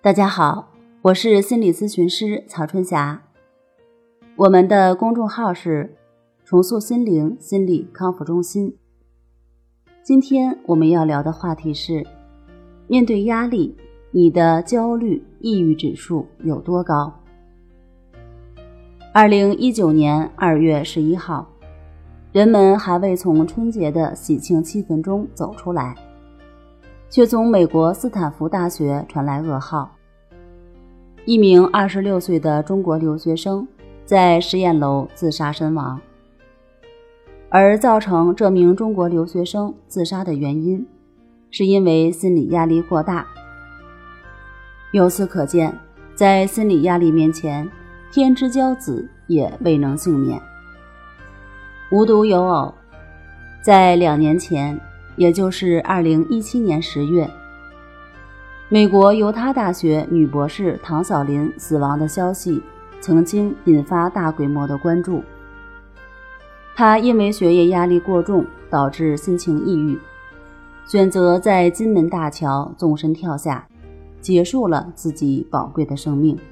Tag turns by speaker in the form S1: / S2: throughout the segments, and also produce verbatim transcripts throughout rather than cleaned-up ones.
S1: 大家好，我是心理咨询师曹春霞。我们的公众号是重塑心灵心理康复中心。今天我们要聊的话题是，面对压力，你的焦虑、抑郁指数有多高？二零一九年二月十一号，人们还未从春节的喜庆气氛中走出来，却从美国斯坦福大学传来噩耗。一名二十六岁的中国留学生在实验楼自杀身亡，而造成这名中国留学生自杀的原因，是因为心理压力过大。由此可见，在心理压力面前，天之骄子也未能幸免。无独有偶，在两年前，也就是二零一七年十月，美国犹他大学女博士唐晓琳死亡的消息曾经引发大规模的关注。她因为学业压力过重，导致心情抑郁，选择在金门大桥纵身跳下，结束了自己宝贵的生命。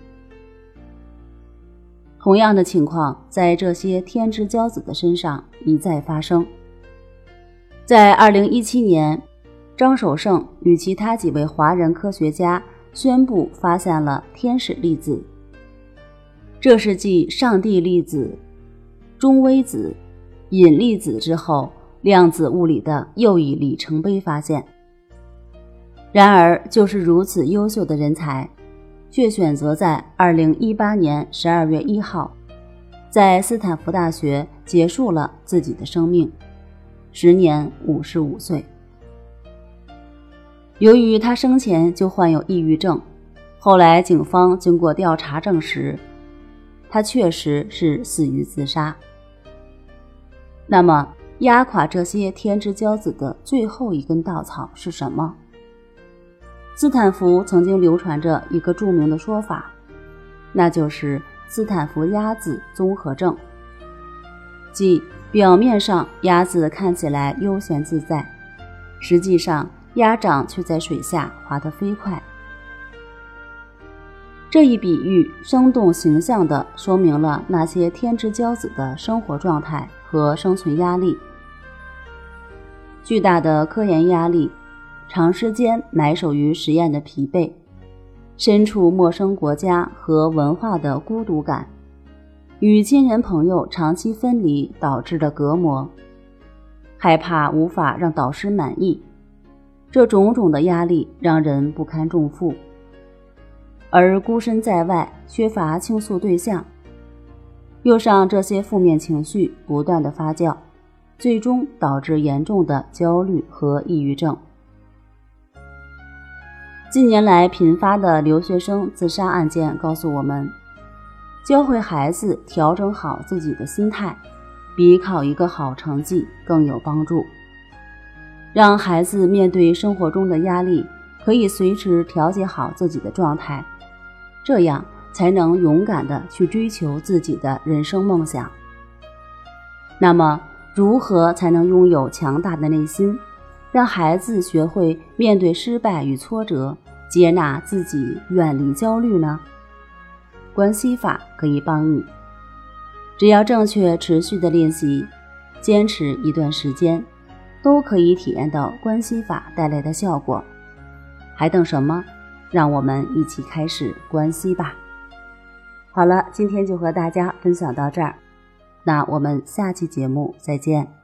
S1: 同样的情况在这些天之骄子的身上一再发生。在二零一七年，张守胜与其他几位华人科学家宣布发现了天使粒子，这是继上帝粒子、中微子、引力子之后量子物理的又一里程碑发现。然而就是如此优秀的人才，却选择在二零一八年十二月一号在斯坦福大学结束了自己的生命，时年五十五岁。由于他生前就患有抑郁症，后来警方经过调查证实，他确实是死于自杀。那么压垮这些天之骄子的最后一根稻草是什么？斯坦福曾经流传着一个著名的说法，那就是斯坦福鸭子综合症，即表面上鸭子看起来悠闲自在，实际上鸭掌却在水下滑得飞快。这一比喻生动形象地说明了那些天之骄子的生活状态和生存压力。巨大的科研压力，长时间埋首于实验的疲惫，身处陌生国家和文化的孤独感，与亲人朋友长期分离导致的隔膜，害怕无法让导师满意，这种种的压力让人不堪重负，而孤身在外，缺乏倾诉对象，又让这些负面情绪不断的发酵，最终导致严重的焦虑和抑郁症。近年来频发的留学生自杀案件告诉我们，教会孩子调整好自己的心态，比考一个好成绩更有帮助。让孩子面对生活中的压力，可以随时调节好自己的状态，这样才能勇敢地去追求自己的人生梦想。那么，如何才能拥有强大的内心，让孩子学会面对失败与挫折，接纳自己，远离焦虑呢？关系法可以帮你，只要正确持续的练习，坚持一段时间，都可以体验到关系法带来的效果。还等什么？让我们一起开始关系吧。好了，今天就和大家分享到这儿，那我们下期节目再见。